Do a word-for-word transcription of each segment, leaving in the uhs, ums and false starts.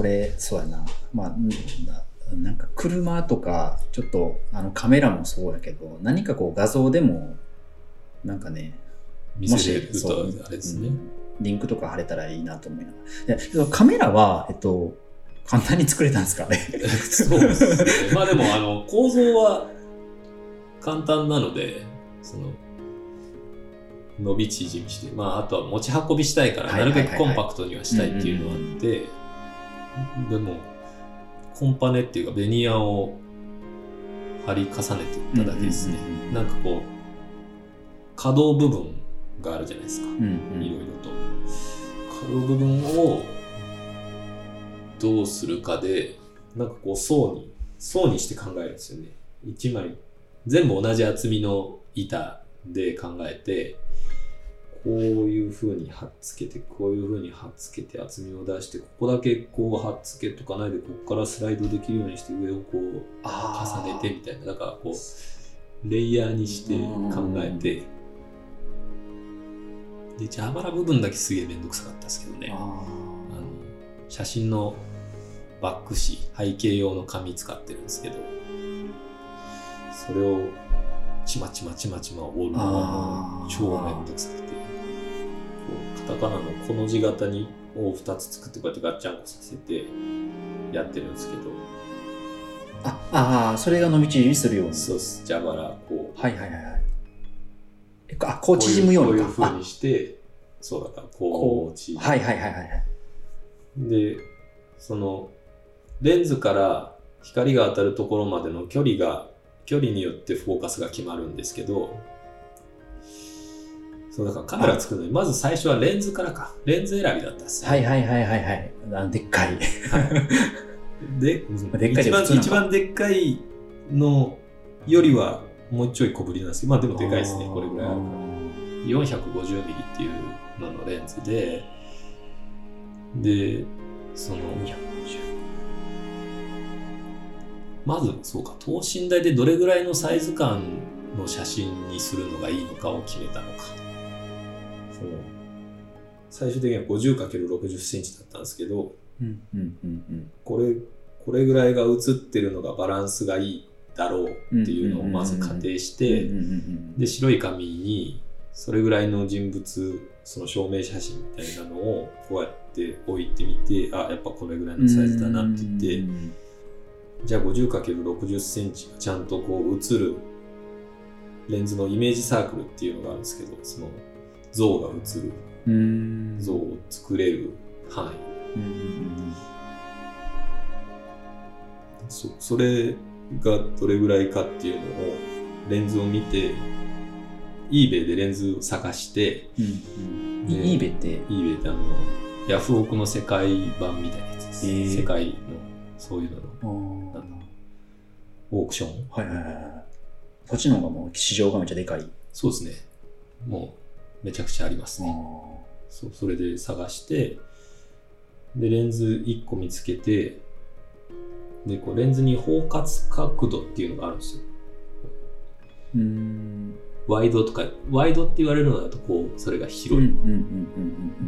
それそうやな、まあなんか車とかちょっとあのカメラもそうやけど、何かこう画像でもなんかね見せれるとあれですね、うん、 リンクとか貼れたらいいなと思いながら。でカメラはえっと簡単に作れたんですかね。 そうですね。まあでもあの構造は簡単なので、その伸び縮みして、まああとは持ち運びしたいからなるべくコンパクトにはしたいっていうのがあって、でもコンパネっていうかベニヤを貼り重ねていっただけですね。なんかこう可動部分があるじゃないですか。いろいろと可動部分をどうするかで、なんかこう層に層にして考えるんですよね。一枚全部同じ厚みの板で考えて、こういう風に貼っつけて、こういう風に貼っつけて厚みを出して、ここだけこう貼っつけとかないで、ここからスライドできるようにして上をこう重ねてみたいな、だからこうレイヤーにして考えて、で蛇腹部分だけすげえめんどくさかったですけどね。あの写真のバック紙、背景用の紙使ってるんですけど、それをちまちまちまちま折るのがもう超めんどくさくて、こうカタカナのこの字型にをふたつ作ってこうやってガッチャンコさせてやってるんですけど、 ああ、それが伸び縮みするように。 そうです。蛇腹こう、 はいはいはいはい。えあ、こう縮むようにか。 こういう風にして、そうだからこう縮む。 はいはいはいはい。 で、そのレンズから光が当たるところまでの距離が距離によってフォーカスが決まるんですけど、そうだからカメラ作るのにまず最初はレンズからかレンズ選びだったんですよ。 はいはいはいはいはい。あでっかい。はい、ででっかいで一番一番でっかいのよりはもうちょい小ぶりなんですけど、まあでもでかいですね。これぐらいあるから。よんひゃくごじゅうミリっていうののレンズで、でそのまずそうか、等身大でどれぐらいのサイズ感の写真にするのがいいのかを決めたのか。そう最終的には ごじゅうかけるろくじゅっセンチだったんですけど、 うんうんうんうん、 これこれぐらいが写ってるのがバランスがいいだろうっていうのをまず仮定して、で白い紙にそれぐらいの人物、その証明写真みたいなのをこうやって置いてみて、あ、やっぱこれぐらいのサイズだなって言って、じゃあ ごじゅうかけるろくじゅっセンチがちゃんとこう映るレンズのイメージサークルっていうのがあるんですけど、その像が映る像を作れる範囲、うんうん、そ, それがどれぐらいかっていうのをレンズを見て eBay でレンズを探して、うんうん、eBay って eBay ってあのヤフオクの世界版みたいなやつです、えー、世界のそういうののオークション、 はいはいはい、そっちの方がもう市場がめっちゃでかい。 そうですね、もうめちゃくちゃありますね。そう、それで探して、でレンズいっこ見つけて、でこうレンズに包括角度っていうのがあるんですよ。うーんワイドとか、ワイドって言われるのだとこうそれが広い、うんうんうんうん、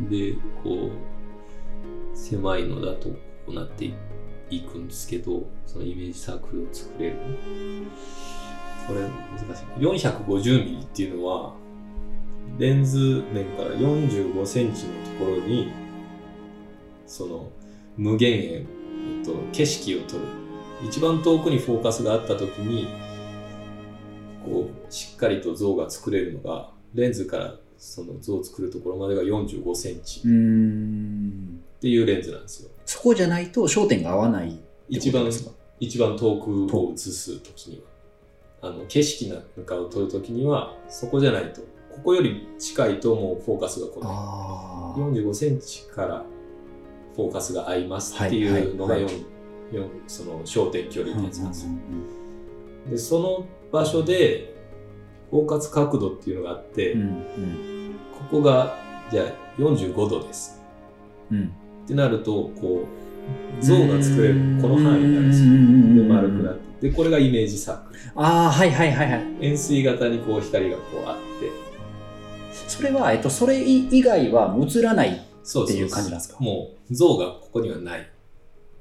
でこう狭いのだとこうなっていくんですけど、そのイメージサークルを作れる、これ難しい。よんひゃくごじゅうミリっていうのはレンズ面からよんじゅうごセンチのところにその無限遠、えっと、景色を撮る、一番遠くにフォーカスがあった時にこうしっかりと像が作れるのが、レンズからその像を作るところまでがよんじゅうごセンチっていうレンズなんですよ。 そこじゃないと焦点が合わないってことですか？ 一番、一番遠くを映す時には、あの景色なんかを撮る時にはそこじゃないと、ここより近いともうフォーカスが来ない。あよんじゅうごセンチからフォーカスが合いますっていうのが、はいはいはい、その焦点距離ってやつなんですよ。でその場所でフォーカス角度っていうのがあって、うんうん、ここがじゃあよんじゅうごどです、うん、ってなるとこう像が作れるこの範囲になるんですよ。で丸くなって、でこれがイメージサークル。 ああはいはいはいはい。 円錐型にこう光がこうあって、 それは、えっと、それ以外は映らないっていう感じなんですか？ もう像がここにはない。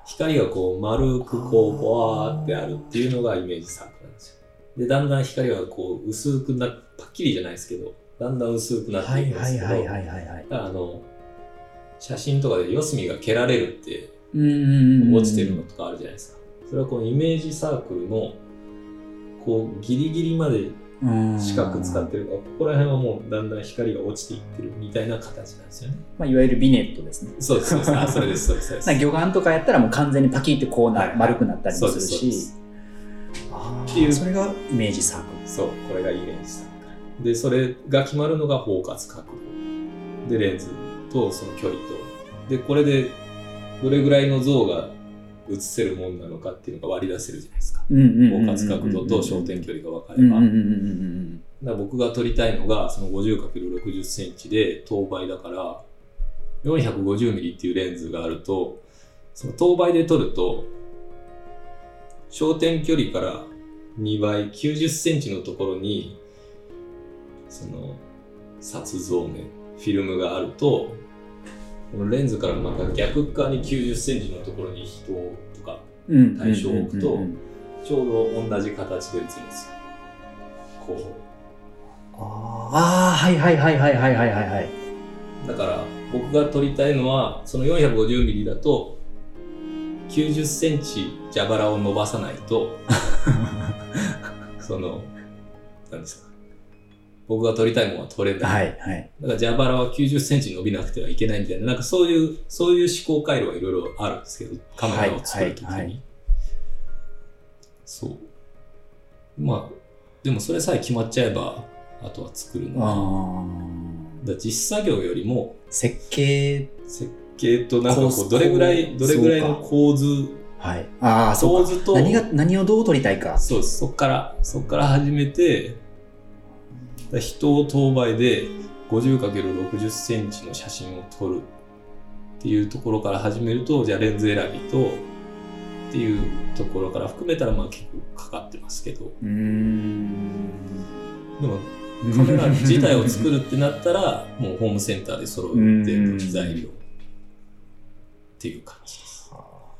光がこう丸くこうボワーってあるっていうのがイメージサークルなんですよ。でだんだん光がこう薄くなっパッキリじゃないですけどだんだん薄くなっていくんですけど、 はいはいはいはいはいはい。 だからあの写真とかで四隅が蹴られるってうんうんうん、 落ちてるのとかあるじゃないですか。それはこうイメージサークルのこうギリギリまで四角使ってるから、ここら辺はもうだんだん光が落ちていってるみたいな形なんですよね。 まあ、いわゆるビネットですね。 そうですそうです。あ、それですそうですそうです。 魚眼とかやったらもう完全にパキってこうな、はいはい、丸くなったりもするし、あっていうそれがイメージサークル。 そう、これがイメージサークルで、それが決まるのが包括角度でレンズとその距離とで、これでどれぐらいの像が映せるもんなのかっていうのが割り出せるじゃないですか。包括角度と焦点距離が分かれば。だから僕が撮りたいのがその ごじゅうかけるろくじゅっセンチで等倍だからよんひゃくごじゅうミリっていうレンズがあると、その等倍で撮ると焦点距離からにばいきゅうじゅっセンチのところにその撮像面フィルムがあると、このレンズからまた逆側にきゅうじゅっセンチのところに人とか対象を置くとちょうど同じ形で映るんですよ。こう。 ああ、はいはいはいはいはいはいはい。 だから僕が撮りたいのはその よんひゃくごじゅうミリ だときゅうじゅっセンチ蛇腹を伸ばさないとその何ですか。僕が撮りたいものは撮れない。 はいはい。 だから蛇腹はきゅうじゅっセンチ伸びなくてはいけないみたいな、なんかそういうそういう思考回路はいろいろあるんですけど、カメラを作るときに、はいはいはい、そう。まあでもそれさえ決まっちゃえばあとは作るのは、だ実作業よりも設計設計となんかこうどれぐらいどれぐらいの構図、 はい、ああ構図と何が何をどう撮りたいか。 そうです。そこからそこから始めて。人を等倍で ごじゅうかけるろくじゅっセンチの写真を撮るっていうところから始めると、じゃあレンズ選びとっていうところから含めたらまあ結構かかってますけど、うーんでもカメラ自体を作るってなったらもうホームセンターで揃う全部材料っていう感じです。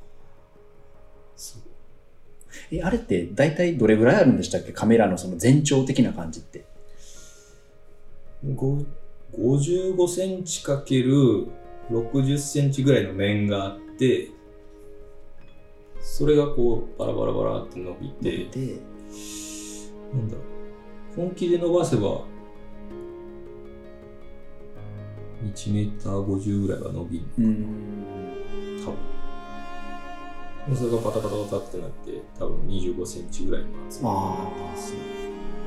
そうえあれって大体どれぐらいあるんでしたっけ、カメラのその全長的な感じって。 ごじゅうごセンチかけるろくじゅっセンチぐらいの面があって、それがこうバラバラバラって伸びて、なんだろう、本気で伸ばせばいちメーターごじゅうぐらいは伸びるのかな、多分。それがパタパタパタってなって多分にじゅうごセンチぐらいの厚みになってますね。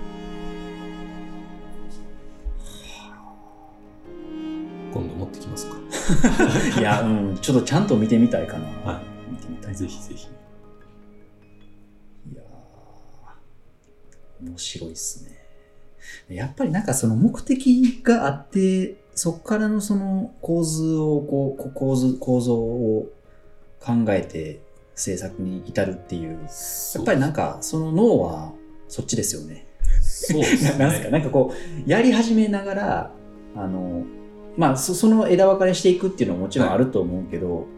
今度持ってきますかいや、うん、ちょっとちゃんと見てみたいかな。 はい。 見てみたい。 ぜひぜひ。 いやー、面白いっすね。やっぱりなんかその目的があって、そこからのその構図をこう、構図、構造を考えて制作に至るっていう、やっぱりなんかその脳はそっちですよね。 そうですね。 なんですか、なんかこう、やり始めながら、あの、まあ、そ, その枝分かれしていくっていうのはもちろんあると思うけど、はい、うん、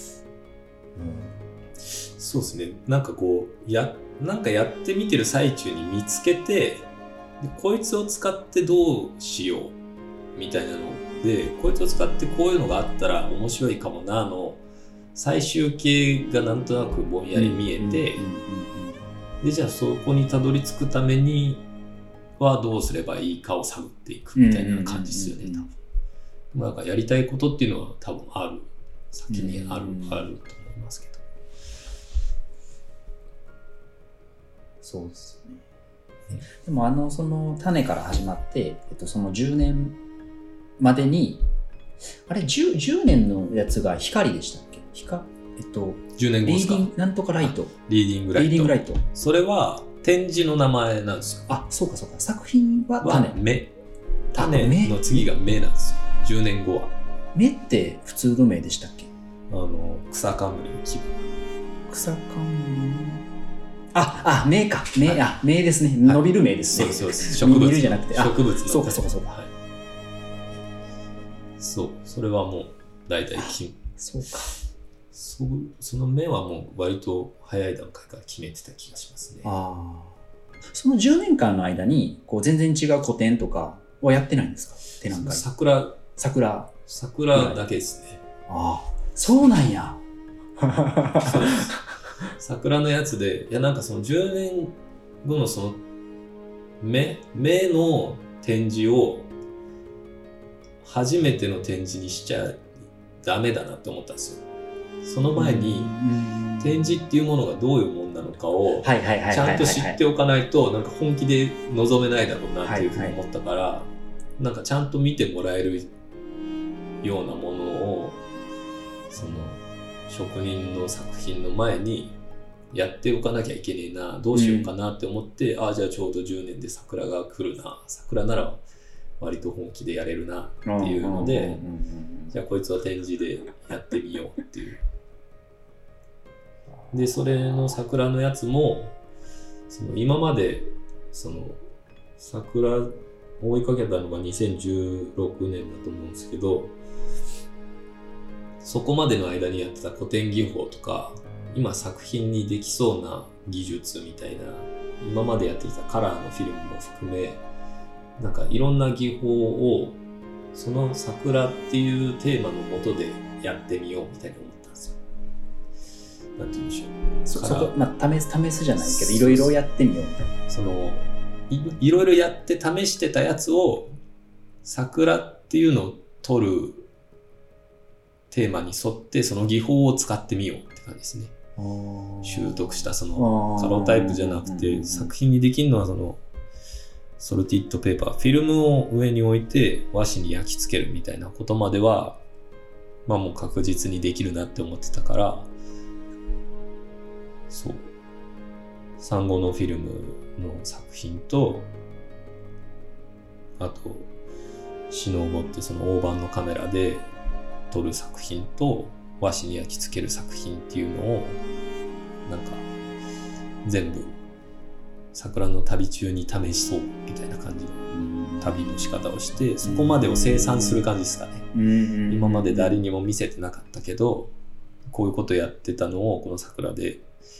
そうですね。なんかこうやなんかやってみてる最中に見つけて、でこいつを使ってどうしようみたいなので、こいつを使ってこういうのがあったら面白いかもなの最終形がなんとなくぼんやり見えて、でじゃあそこにたどり着くためにはどうすればいいかを探っていくみたいな感じですよね、多分。なんかやりたいことっていうのは多分ある、先にある、あると思いますけど。 そうですよね。でもあのその種から始まって、えっと、そのじゅうねんまでにあれ 10, じゅうねんのやつが光でしたっけ？光えっとじゅうねんごですか？ リーディングなんとかライト。 リーディングライト。 リーディングライト。 それは展示の名前なんですよ。 あ、そうかそうか。作品は種。 は目。種の次が目なんですよ。じゅうねんごは。 目って普通の目でしたっけ？ あの草冠の規模。 草冠のああ目か目、はい、あ目ですね、はい、伸びる目ですね。 そうそう植物じゃなくて植物のそうかそうかそうか、はい、 そうそれはもう大体きそうかそ, その目はもう割と早い段階から決めてた気がしますね。 あそのじゅうねんかんの間にこう全然違う個展とかはやってないんですか？展覧会。 桜桜桜だけですね。 ああそうなんや。 そうです桜のやつで、いやなんかそのじゅうねんごのその目目の展示を初めての展示にしちゃダメだなって思ったんですよ。その前に展示っていうものがどういうものなのかをちゃんと知っておかないとなんか本気で臨めないだろうなっていうふうに思ったから、はいはい、なんかちゃんと見てもらえるようなものをその職人の作品の前にやっておかなきゃいけねえな、どうしようかなって思って、うん、ああじゃあちょうどじゅうねんで桜が来るな、桜なら割と本気でやれるなっていうので、じゃあこいつは展示でやってみようっていう。でそれの桜のやつもその今までその桜を追いかけたのがにせんじゅうろくねんだと思うんですけど、そこまでの間にやってた古典技法とか今作品にできそうな技術みたいな、今までやってきたカラーのフィルムも含めなんかいろんな技法をその桜っていうテーマのもとでやってみようみたいな思ったんですよ。なんて言うんでしょう。 そそこ、まあ、試す試すじゃないけどいろいろやってみようみたいな。 その い, いろいろやって試してたやつを桜っていうのを撮るテーマに沿ってその技法を使ってみようって感じですね。習得したそのカロータイプじゃなくて作品にできるのはそのソルティッドペーパー、フィルムを上に置いて和紙に焼き付けるみたいなことまではまあもう確実にできるなって思ってたから、そう産後のフィルムの作品とあとシノーゴってその大判のカメラで撮る作品と和紙に焼き付ける作品っていうのをなんか全部桜の旅中に試しそうみたいな感じの旅の仕方をして、そこまでを生産する感じですかね。今まで誰にも見せてなかったけどこういうことやってたのをこの桜で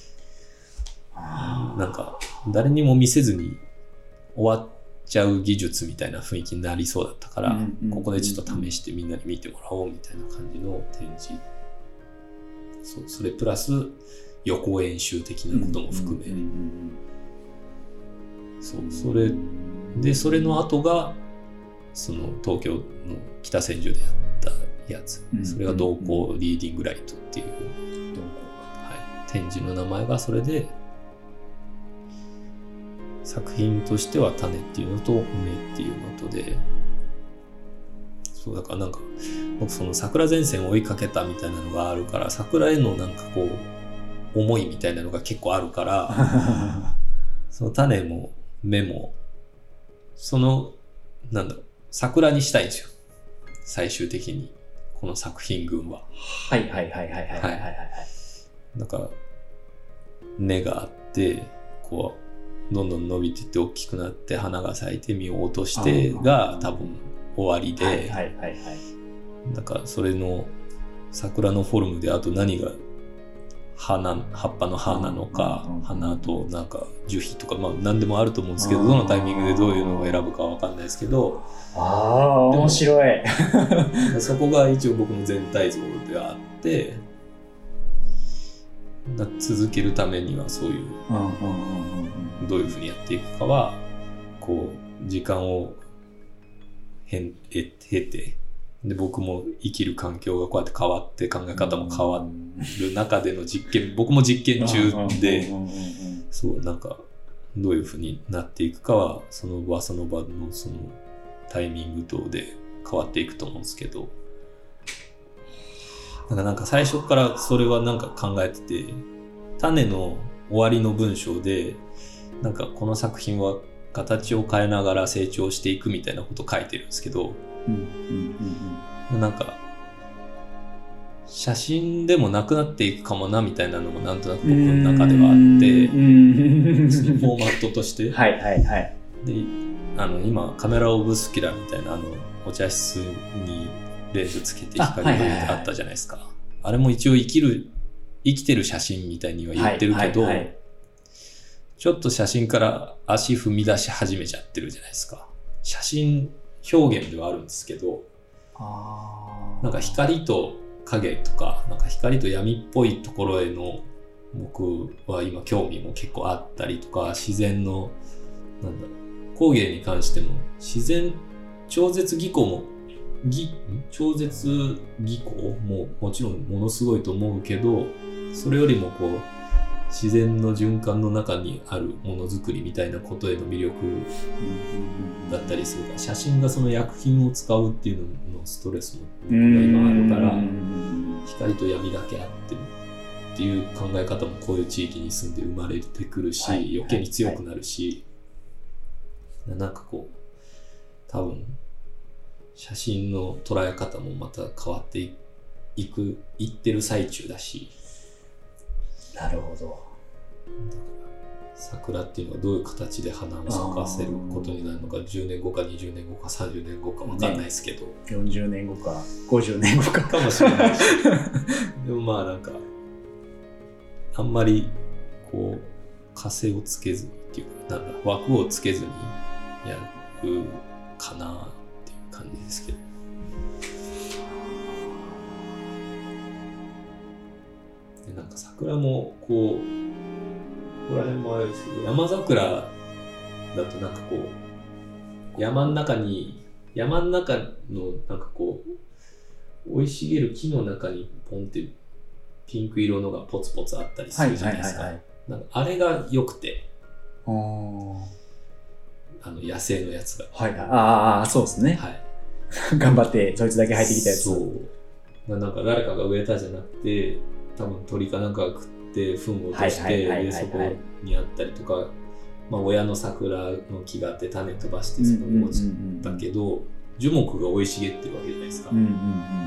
なんか誰にも見せずに終わっちゃう技術みたいな雰囲気になりそうだったから、ここでちょっと試してみんなに見てもらおうみたいな感じの展示、そうそれプラス予行演習的なことも含め、そうそれでそれの後がその東京の北千住でやったやつ、それが瞳孔リーディングライトっていう、はい、展示の名前がそれで作品としては種っていうのと芽っていうのとで、そうだからなんか僕その桜前線を追いかけたみたいなのがあるから、桜へのなんかこう思いみたいなのが結構あるからその種も芽もそのなんだろう桜にしたいんですよ最終的にこの作品群は。 はいはいはいはいはいはいはい、はい、 なんか根があってこうどんどん伸びてって大きくなって花が咲いて実を落としてが多分終わりで、 はいはいはいはい、 だからそれの桜のフォルムであと何が花葉っぱの葉なのか、花となんか樹皮とかまあ何でもあると思うんですけど、どのタイミングでどういうのを選ぶかは分かんないですけど、 ああ面白いそこが一応僕の全体像であって、続けるためにはそういうどういうふうにやっていくかはこう時間を経て、で僕も生きる環境がこうやって変わって考え方も変わる中での実験、僕も実験中で、そうなんかどういうふうになっていくかはその場その場のそのタイミング等で変わっていくと思うんですけど、なんかなんか最初からそれはなんか考えてて、種の終わりの文章でなんかこの作品は形を変えながら成長していくみたいなことを書いてるんですけど、うんうんうん、なんか写真でもなくなっていくかもなみたいなのもなんとなく僕の中ではあって、そのフォーマットとしてはいはいはい。 であの今カメラオブスキュラみたいなあのお茶室にレンズつけて光があったじゃないですか。 あれも一応生きる、生きてる写真みたいには言ってるけど、はいはいはい、ちょっと写真から足踏み出し始めちゃってるじゃないですか。写真表現ではあるんですけど、あなんか光と影とか、なんか光と闇っぽいところへの僕は今興味も結構あったりとか、自然の、なんだろう、工芸に関しても自然、超絶技巧も、技超絶技巧ももちろんものすごいと思うけど、それよりもこう自然の循環の中にあるものづくりみたいなことへの魅力だったりするから、写真がその薬品を使うっていうののストレスも今あるから、光と闇だけあってっていう考え方もこういう地域に住んで生まれてくるし、はい、余計に強くなるし、はい、なんかこう多分写真の捉え方もまた変わっていくいってる最中だし。 なるほど。だから桜っていうのはどういう形で花を咲かせることになるのか、じゅうねんごかにじゅうねんごかさんじゅうねんごか分かんないですけど、ね、 よんじゅうねんごかごじゅうねんごかかもしれないしでもまあなんかあんまりこう枷をつけずにっていうか、なんだ枠をつけずにやるかなっていう感じですけど。でなんか桜もこうここら辺もあれですけど、山桜だとなんかこう山の中に山の中のなんかこう生い茂る木の中にポンってピンク色のがポツポツあったりするじゃないですか。はいはいはいはい、なんかあれが良くて、ああの野生のやつが、 はい、ああそうですね。はい。頑張ってそいつだけ入ってきたやつ。 そう。なんか誰かが植えたじゃなくて、多分鳥かなんかが食って糞を落として、でそこにあったりとか、まあ親の桜の木があって種飛ばしてそこに落ちたけど、樹木が生い茂ってるわけじゃないですか。うんうんうん、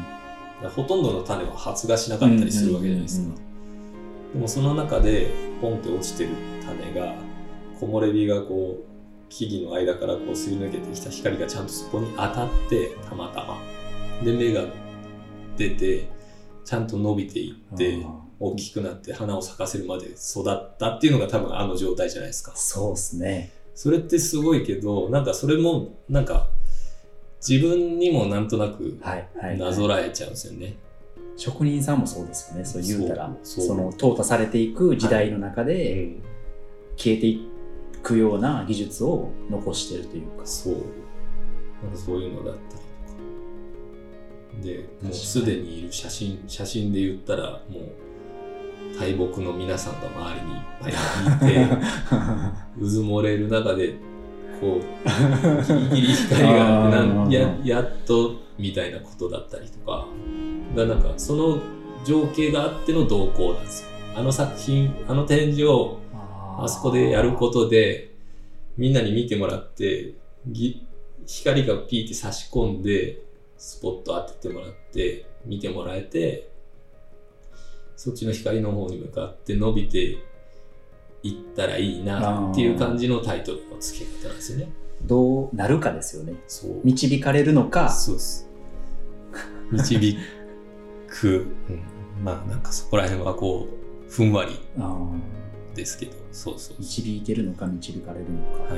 だほとんどの種は発芽しなかったりするわけじゃないですか。うんうんうんうん、でもその中でポンって落ちてる種が木漏れ日がこう木々の間からこうすり抜けてきた光がちゃんとそこに当たってたまたまで芽が出てちゃんと伸びていって大きくなって花を咲かせるまで育ったっていうのが多分あの状態じゃないですか。 そうですね。 それってすごいけど、なんかそれもなんか自分にもなんとなくなぞらえちゃうんですよね。はいはいはい、 職人さんもそうですよね。そう言うたら そ, その淘汰されていく時代の中で消えていくような技術を残してるというか、 そうなんかそういうのだったりとかで、もうすでにいる写真写真で言ったらもう大木の皆さんが周りにいっぱいいて渦漏れる中でこうギリギリ光があってなんや, やっとみたいなことだったりとかが、なんかその情景があっての動向なんですよ。あの作品あの展示をあそこでやることでみんなに見てもらって光がピーって差し込んでスポット当ててもらって見てもらえて、そっちの光の方に向かって伸びていったらいいなっていう感じのタイトルの付け方なんですよね。 どうなるかですよね。そう導かれるのか。 そうです導く、うん、まあなんかそこら辺はこうふんわりですけど、そうそうそう導いてるのか導かれるのか、はい、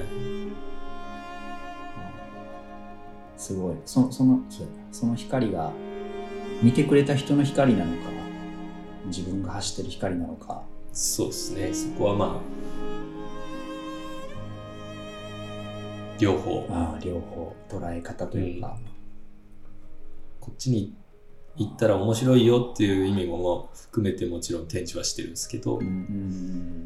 すごい そ, そ, のその光が見てくれた人の光なのか自分が走ってる光なのか。 そうですね、そこはまあ両方あ両方捉え方というか、うん、 こっちに行ったら面白いよっていう意味も含めてもちろん展示はしてるんですけど、うんうん、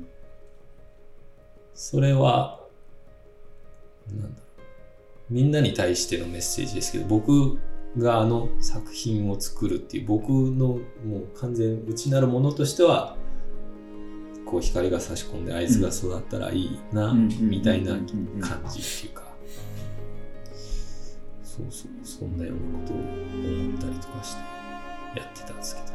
それはなんだろう、みんなに対してのメッセージですけど、僕があの作品を作るっていう僕のもう完全内なるものとしてはこう光が差し込んであいつが育ったらいいな、うん、みたいな感じっていうか、そうそうそんなようなことを思ったりとかしてやってたんですけど。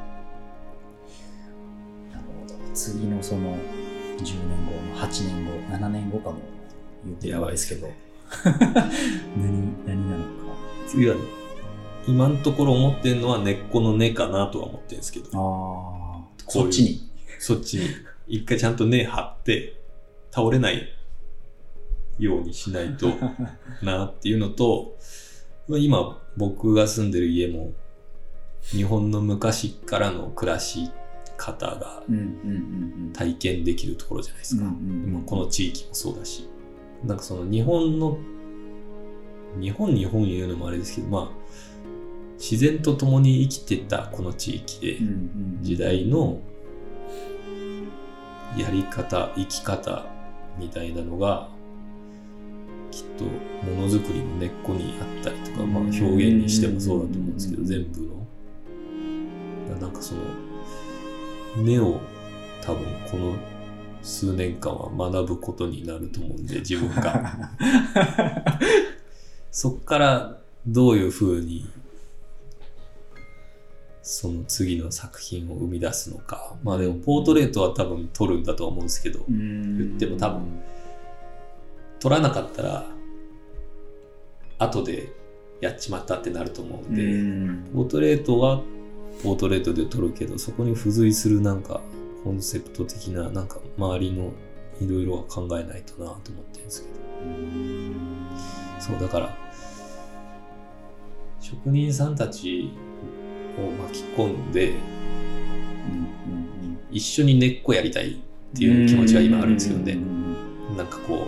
なるほど。次のそのじゅうねんごはちねんごななねんごかも言ってるわけですけど何何なのか。 次は今のところ思ってるのは根っこの根かなとは思ってるんですけど。 ああ、 こういうそっちに。 そっちに一回ちゃんと根張って倒れないようにしないとなっていうのと、今僕が住んでる家も日本の昔からの暮らし方が体験できるところじゃないですか。今この地域もそうだし、なんかその日本の日本日本言うのもあれですけど、まあ自然と共に生きてたこの地域で時代のやり方生き方みたいなのがきっとものづくりの根っこにあったりとか、まあ、表現にしてもそうだと思うんですけど、全部のなんかその根を多分この数年間は学ぶことになると思うんで、自分がそっからどういうふうにその次の作品を生み出すのか。まあでもポートレートは多分撮るんだとは思うんですけど、言っても多分撮らなかったら後でやっちまったってなると思うんで、うんポートレートはポートレートで撮るけど、そこに付随するなんかコンセプト的ななんか周りのいろいろは考えないとなと思ってるんですけど、うんそうだから職人さんたちを巻き込んで、うんうんうん、一緒に根っこやりたいっていう気持ちが今あるんですけどね。なんかこ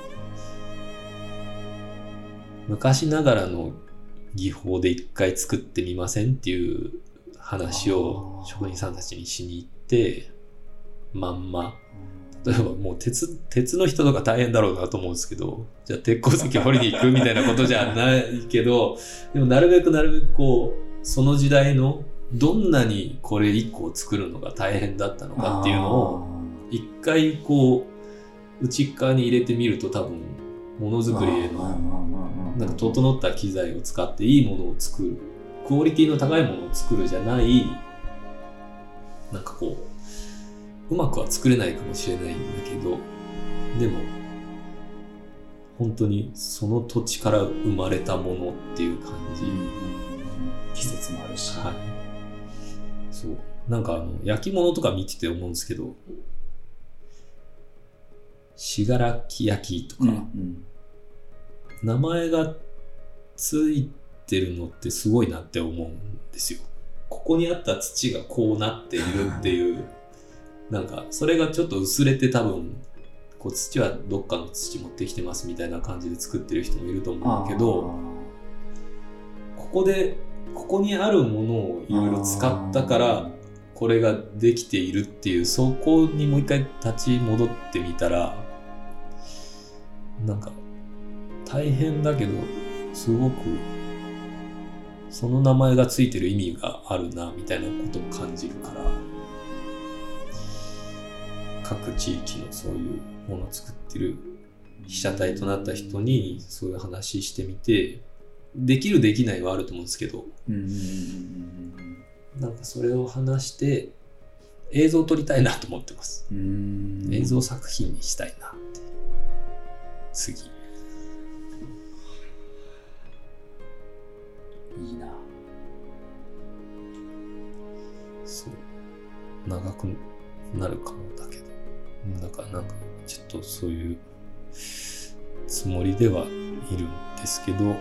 う昔ながらの技法で一回作ってみませんっていう話を職人さんたちにしに行って、まんま例えばもう鉄鉄の人とか大変だろうなと思うんですけど、じゃあ鉄鉱石掘りに行くみたいなことじゃないけど、でもなるべくなるべくこうその時代のどんなにこれ一個を作るのが大変だったのかっていうのを一回こう内側に入れてみると、多分ものづくりへのなんか整った機材を使っていいものを作る、クオリティの高いものを作るじゃない、なんかこううまくは作れないかもしれないんだけど、でも本当にその土地から生まれたものっていう感じ、うん、 季節もあるし、 はい、そうなんかあの焼き物とか見てて思うんですけど、信楽焼とか、うんうん、名前がついてるのってすごいなって思うんですよ。ここにあった土がこうなっているっていうなんかそれがちょっと薄れて、多分こう土はどっかの土持ってきてますみたいな感じで作ってる人もいると思うけど、ここでここにあるものをいろいろ使ったからこれができているっていう、そこにもう一回立ち戻ってみたら、なんか大変だけどすごくその名前がついてる意味があるなみたいなことを感じるから、各地域のそういうものを作ってる被写体となった人にそういう話してみて、できるできないはあると思うんですけど、うんうんうんうん、なんかそれを話して映像を撮りたいなと思ってます。うん、映像作品にしたいなって。次いいな。 そう長くなるかもだけど、だからなんかちょっとそういうつもりではいるんですけど、こ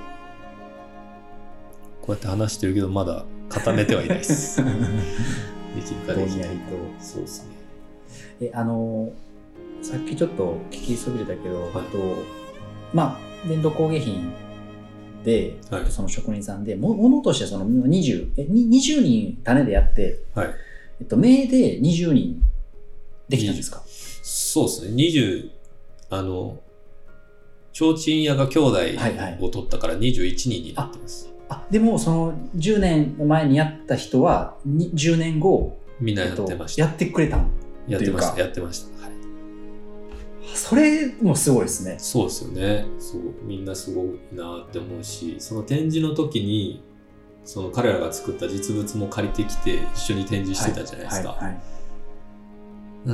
うやって話してるけどまだ固めてはいないですできるかできない。そうですね。 えあのさっきちょっと聞きそびれたけど、はい、あとまあ伝統工芸品で、はい、その職人さんでものとしてそのにじゅう、えにじゅうにん種でやって、はい、えっと名でにじゅうにんできたんですか？ そうですね。にじゅうあの提灯屋が兄弟を取ったからにじゅういちにんになってます。 はいはい、あ, あでもそのじゅうねんまえにやった人はじゅうねんごみんなやってました。 えっと、やってくれたんやってましたやってました。はい。 それもすごいですね。 そうですよね。そうみんなすごいなって思うし、その展示の時にその彼らが作った実物も借りてきて一緒に展示してたじゃないですか。はいはいはい、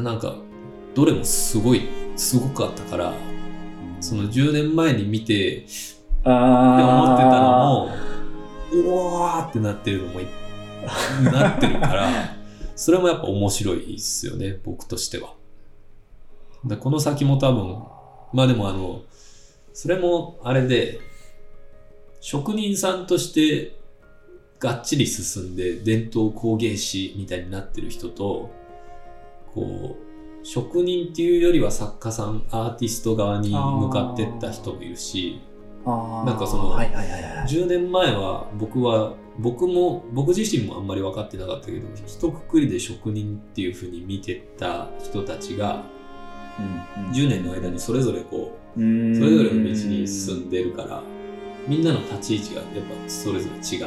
なんかどれもすごいすごかったから、そのじゅうねんまえに見てって思ってたのもうわーってなってるのもなってるからそれもやっぱ面白いですよね、僕としては。でこの先も多分まあでもあのそれもあれで職人さんとしてがっちり進んで伝統工芸士みたいになってる人と、こう職人っていうよりは作家さんアーティスト側に向かってった人もいるし、 あなんかその、 はいはいはいはい、 じゅうねんまえは僕は僕も僕自身もあんまり分かってなかったけど、一括りで職人っていう風に見てた人たちが、うんうん、じゅうねんの間にそれぞれこうそれぞれの道に進んでるから、みんなの立ち位置がやっぱそれぞれ違って、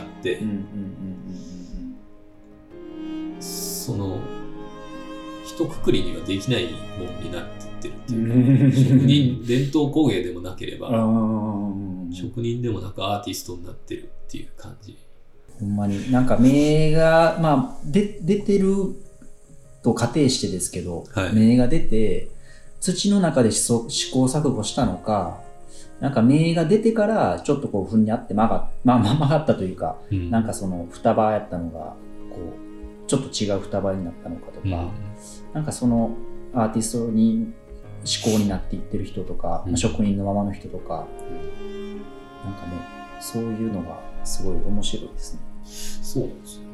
その一括りにはできないものになってってるっていうか、職人伝統工芸でもなければ職人でもなくアーティストになってるっていう感じ。 ほんまになんか芽が、まあ、で出てると仮定してですけど、はい、芽が出て土の中で試行錯誤したのか、なんか芽が出てからちょっとこうふんにあって曲が、まあ、曲がったというか、うん、なんかその双葉やったのがこうちょっと違う双葉になったのかとか、うん、なんかそのアーティストに思考になっていってる人とか、うん、職人のままの人とか、うん、なんかねそういうのがすごい面白いですね。 そうなんですよね。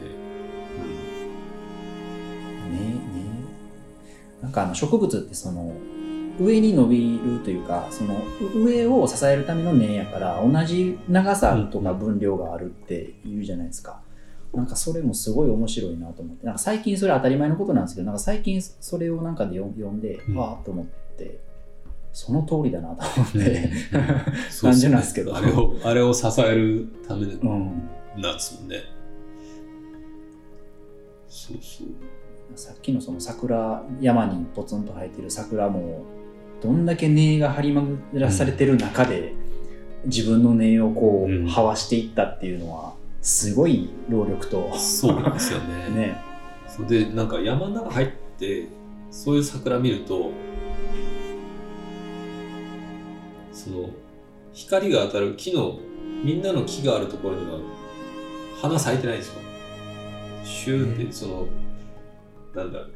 うん、ねねなんかあの植物ってその上に伸びるというか、その上を支えるための根やから同じ長さとか分量があるって言うじゃないですか。なんかそれもすごい面白いなと思って、なんか最近それ当たり前のことなんですけど、なんか最近それをなんかで読んで、うん、わーっと思って、その通りだなと思って、うん、感じなんですけど、 あれをあれを支えるためなんですもんね。そうそう。 さっきのその桜、山にポツンと生えてる桜もどんだけ根が張り巡らされてる中で、うん、自分の根をこう、うん、這わしていったっていうのはすごい労力と。 そうなんですよね。ね。それでなんか山の中入ってそういう桜見ると、その光が当たる木のみんなの木があるところには花咲いてないんですよ。シューってその、なんだろう、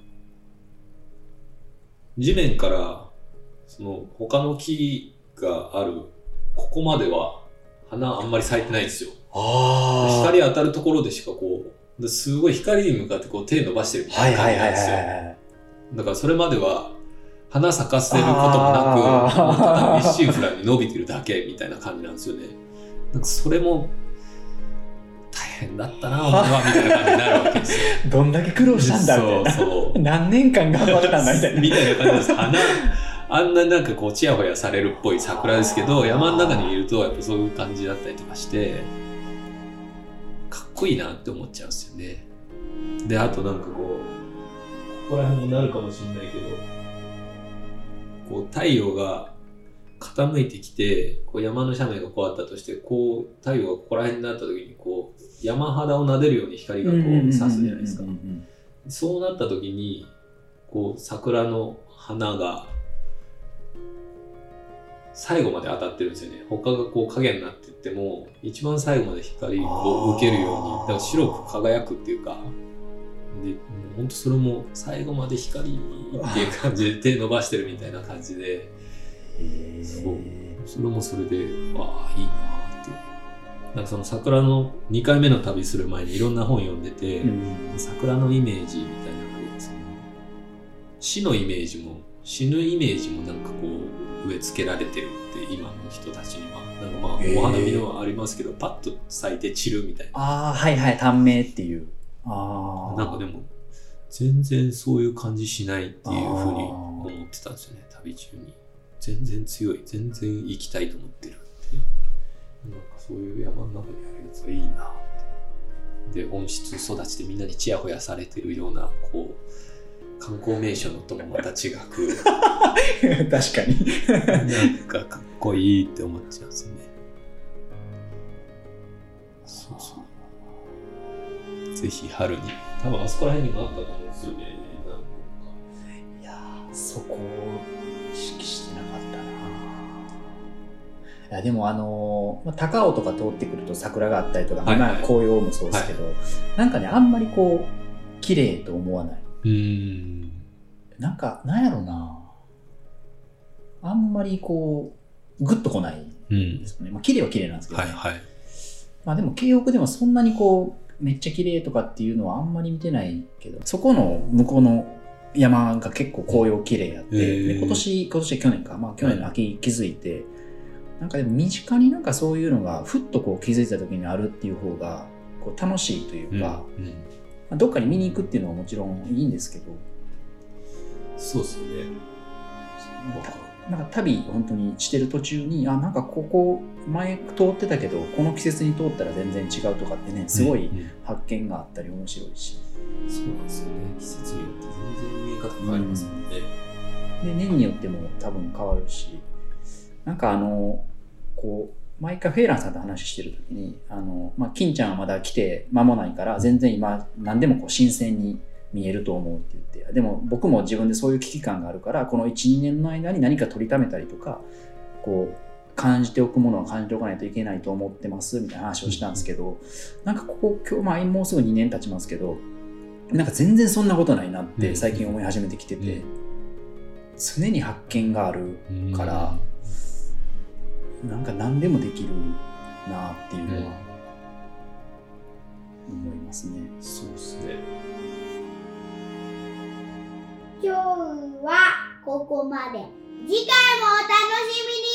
地面からその他の木があるここまでは花あんまり咲いてないんですよ。あ光当たるところでしかこうすごい光に向かってこう手伸ばしてるみたいな感じなんですよ。だからそれまでは花咲かせることもなく、もうただ一心不乱に伸びてるだけみたいな感じなんですよね。なんかそれも大変だったな、お前はみたいな感じになるわけですよ。 どんだけ苦労したんだみたいな。そうそう何年間頑張ったんだみたいな。 みたいな感じです。花、あんななんかこうチヤホヤされるっぽい桜ですけど、山の中にいるとやっぱそういう感じだったりとかして、かっこいいなって思っちゃうんですよね。で、あとなんかこう、ここら辺になるかもしれないけど、こう太陽が傾いてきて、こう山の斜面がこうあったとして、こう太陽がここら辺になった時にこう山肌を撫でるように光がこう差すじゃないですか。そうなった時にこう桜の花が最後まで当たってるんですよね。他がこう影になっていっても一番最後まで光を受けるように、だから白く輝くっていうか、で本当それも最後まで光っていう感じで手伸ばしてるみたいな感じで、そうそれもそれでわあいいなって。なんかその桜のにかいめの旅する前にいろんな本読んでて、うん、桜のイメージみたいなので、その死のイメージも死ぬイメージもなんかこう植え付けられてるって今の人たちにはなんかまあお花見のはありますけど、パッと咲いて散るみたいな。 ああはいはい短命っていう。あなんかでも全然そういう感じしないっていうふうに思ってたんですよね、旅中に。全然強い、全然行きたいと思ってるって。なんかそういう山の中にあるやつがいいなって。で、温室育ちでみんなにチヤホヤされてるような、こう、観光名所のともまた違く。 確かに。 なんかかっこいいって思っちゃうんですよね。そうそう。ぜひ春に。多分あそこら辺にもあったと思うんですよね。 いやー、そこを意識してなかったな。 いやでもあのーまあ、高尾とか通ってくると桜があったりとか、 はいはいまあ、紅葉もそうですけど、はい、なんかねあんまりこう綺麗と思わない。 うーんなんかなんやろな、あんまりこうグッとこないんですよね。うん、まあ綺麗は綺麗なんですけど、ね、 はいはい。 まあでも京北でもそんなにこうめっちゃ綺麗とかっていうのはあんまり見てないけど、そこの向こうの山が結構紅葉綺麗やって、えー、で今年今年去年か、まあ去年の秋気づいて、はい、なんかでも身近になんかそういうのがふっとこう気づいた時にあるっていう方がこう楽しいというか、うんうん、まあ、どっかに見に行くっていうのはもちろんいいんですけど、 そうですよね。 なんか旅本当にしてる途中に、あ、なんかここ前通ってたけどこの季節に通ったら全然違うとかってね、すごい発見があったり面白いし、 うんうん、そうなんですよね。季節によって全然見え方変わりますもんね、 うん、で年によっても多分変わるし、なんかあのこう毎回フェイランさんと話してる時に、あの、まあ、金ちゃんはまだ来て間もないから全然今何でもこう新鮮に見えると思うって言って、でも僕も自分でそういう危機感があるから、この いちにねんの間に何か取りためたりとかこう感じておくものは感じておかないといけないと思ってますみたいな話をしたんですけど、なんかここ今日、まあ、もうすぐにねん経ちますけど、なんか全然そんなことないなって最近思い始めてきてて、常に発見があるから、なんか何でもできるなっていうのは思いますね。 そうですね。 今日はここまで。次回もお楽しみに。